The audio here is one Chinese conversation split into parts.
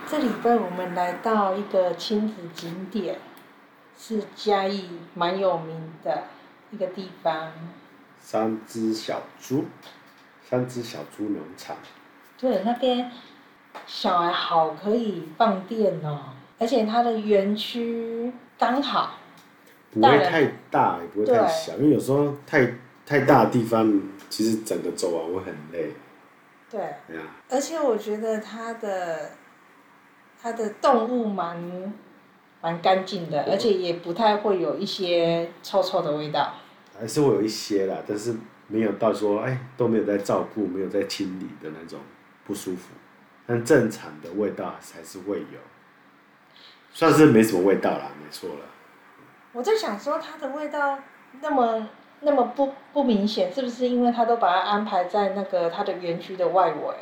这礼拜我们来到一个亲子景点，是嘉义蛮有名的一个地方。 三只小猪农场。 对，那边小孩好可以放电哦，而且它的园区刚好， 不会太大，也不会太小，因为有时候太大的地方，其实整个走完会很累。 对。 对啊。 而且我觉得它的动物蛮干净的，而且也不太会有一些臭臭的味道。 还是会有一些啦，但是没有到说都没有在照顾、没有在清理的那种不舒服，但正常的味道还是会有，算是没什么味道啦，没错啦。 我在想说它的味道那么不明显，是不是因为它都把它安排在那个它的园区的外围？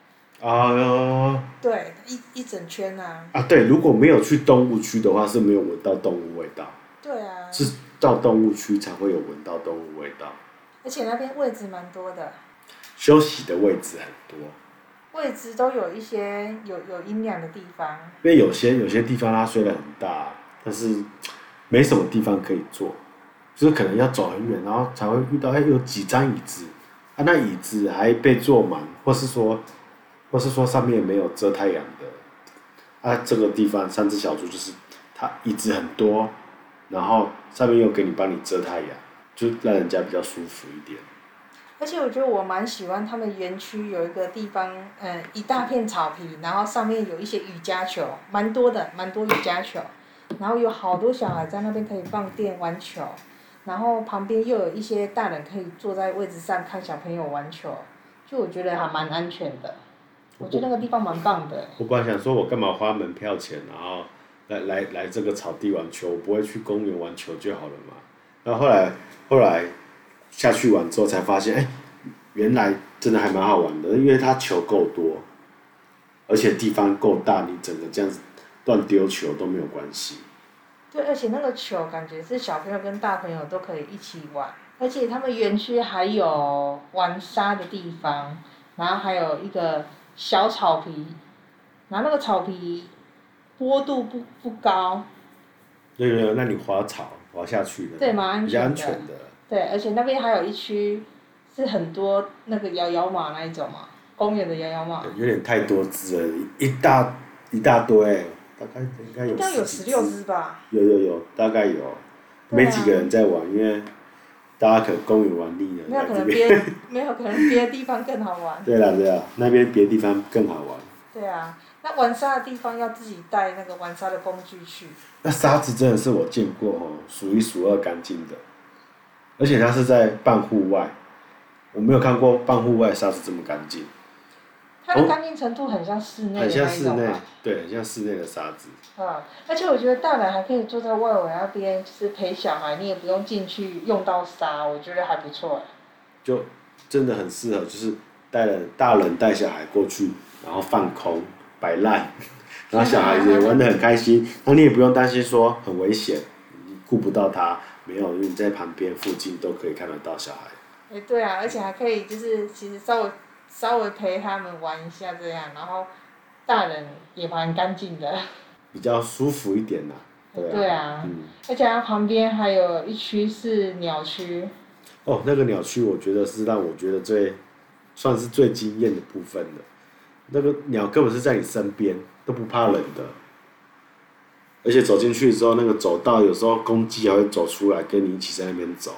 对，一整圈啊。 对，如果没有去动物区的话，是没有闻到动物味道。 对啊。 是到动物区才会有闻到动物味道。 而且那边位置蛮多的。 休息的位置很多。 位置都有一些有阴凉的地方。 因为有些地方它虽然很大，但是没什么地方可以坐，就是可能要走很远，然后才会遇到有几张椅子，那椅子还被坐满，或是说上面没有遮太阳的。这个地方三只小猪就是它椅子很多，然后上面又帮你遮太阳，就让人家比较舒服一点。 而且我觉得我蛮喜欢他们园区有一个地方，一大片草皮，然后上面有一些瑜伽球，蛮多瑜伽球，然后有好多小孩在那边可以放电玩球，然后旁边又有一些大人可以坐在位置上看小朋友玩球，就我觉得还蛮安全的，我觉得那个地方蛮棒的。 我本来想说我干嘛花门票钱，然后来这个草地玩球，我不会去公园玩球就好了嘛。然后后来下去玩之后才发现，原来真的还蛮好玩的，因为它球够多，而且地方够大，你整个这样子乱丢球都没有关系。 对，而且那个球感觉是小朋友跟大朋友都可以一起玩，而且他们园区还有玩沙的地方，然后还有一个小草皮，然后那个草皮坡度不高。 对，那你滑下去的， 对，蛮安全的。 比较安全的。 对，而且那边还有一区是很多那个摇摇马那一种嘛，公园的摇摇马。 有点太多只了，一大堆，大概应该有 16只吧。 有，大概有，没几个人在玩，因为大家可能公园玩腻了。 没有可能别的地方更好玩。 对啦，那边别的地方更好玩。 对啊，那玩沙的地方要自己带那个玩沙的工具去。 那沙子真的是我见过数一数二干净的，而且它是在半户外，我没有看过半户外沙子这么干净。 它的干净程度很像室内的那一种吧。 很像室内，对，很像室内的沙子。 而且我觉得大人还可以坐在外围那边，就是陪小孩，你也不用进去用到沙，我觉得还不错。 就真的很适合，就是大人带小孩过去，然后放空摆烂，然后小孩子也玩得很开心，那你也不用担心说很危险，你顾不到他，没有，因为你在旁边附近都可以看得到小孩。 对啊，而且还可以就是其实稍微陪他们玩一下这样，然后大人也蛮干净的。 比较舒服一点啦。 对啊。而且它旁边还有一区是鸟区。 那个鸟区我觉得是让我觉得算是最惊艳的部分了。那个鸟根本是在你身边，都不怕冷的。而且走进去之后，那个走道有时候公鸡还会走出来跟你一起在那边走。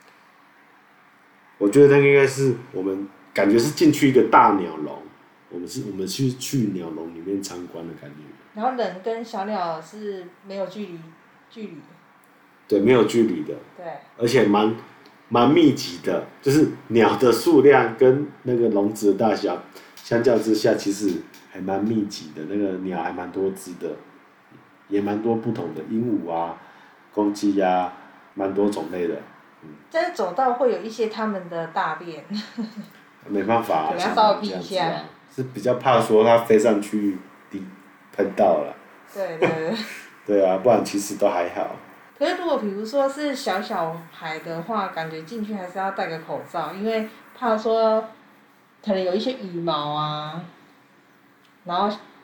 我觉得那个应该是我们感觉是进去一个大鸟笼，我们去鸟笼里面参观的感觉。 然后人跟小鸟是没有距离。 对，没有距离的。 对。 而且蛮密集的，就是鸟的数量跟那个笼子的大小相较之下，其实还蛮密集的。那个鸟还蛮多只的，也蛮多不同的鹦鹉啊、公鸡啊，蛮多种类的。 但是走道会有一些他们的大便。 没办法， 可能要稍微避一下。 是比较怕说它飞上去喷到了。 对。 对啊，不然其实都还好。 可是如果比如说是小孩的话，感觉进去还是要戴个口罩，因为怕说可能有一些羽毛啊，然后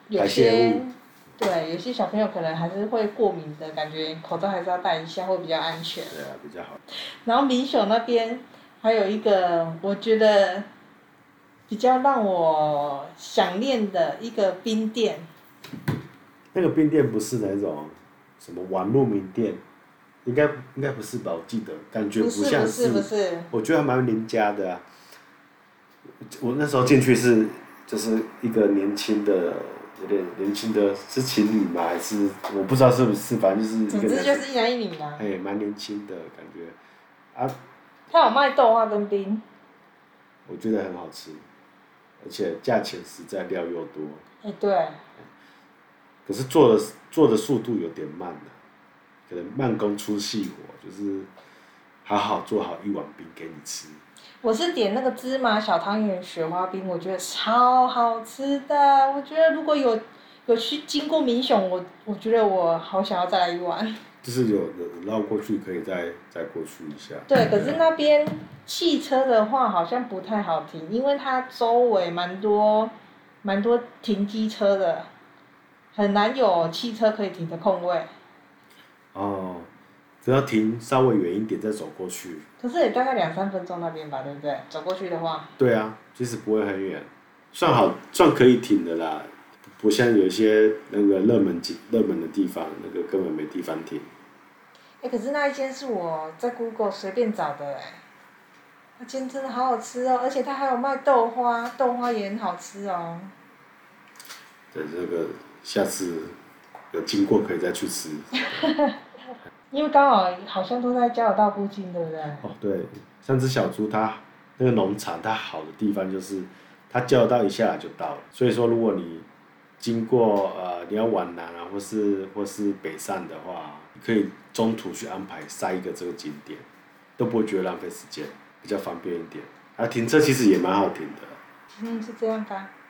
有些对有些小朋友可能还是会过敏的感觉，口罩还是要戴一下，会比较安全。 对啊，比较好。 然后民雄那边还有一个我觉得比较让我想念的一个冰店。 那个冰店不是那种什么网络名店，应该不是吧？我记得感觉不像是不是， 我觉得还蛮邻家的啊。我那时候进去就是一个年轻的，有点年轻的，是情侣吗？还是我不知道是不是，反正就是一个。 总之就是一男一女嘛。 哎，蛮年轻的感觉，啊。 他有卖豆花跟冰。 我觉得很好吃，而且价钱实在，料又多。 对。 可是做的速度有点慢了，可能慢工出细活，就是好好做好一碗冰给你吃。 我是点那个芝麻小汤圆雪花冰，我觉得超好吃的。我觉得如果有去经过民雄，我觉得我好想要再来一碗。 就是有绕过去可以再过去一下。 对，可是那边汽车的话好像不太好停，因为它周围蛮多停机车的，很难有汽车可以停的空位。 哦，只要停稍微远一点再走过去。 可是也大概2-3分钟那边吧，对不对？走过去的话。 对啊，其实不会很远，算可以停的啦，不像有一些那个热门的地方，那个根本没地方停。 可是那一间是我在 Google 随便找的那间真的好好吃哦，而且它还有卖豆花，豆花也很好吃哦。 对，这个下次有经过可以再去吃。 因为刚好像都在交流道附近，对不对？ 哦，对，像只小猪它那个农场，它好的地方就是它交流道一下来就到了，所以说如果你经过你要往南啊，或是北上的话，可以中途去安排塞一个这个景点，都不会觉得浪费时间，比较方便一点。啊，停车其实也蛮好停的。 是这样吧。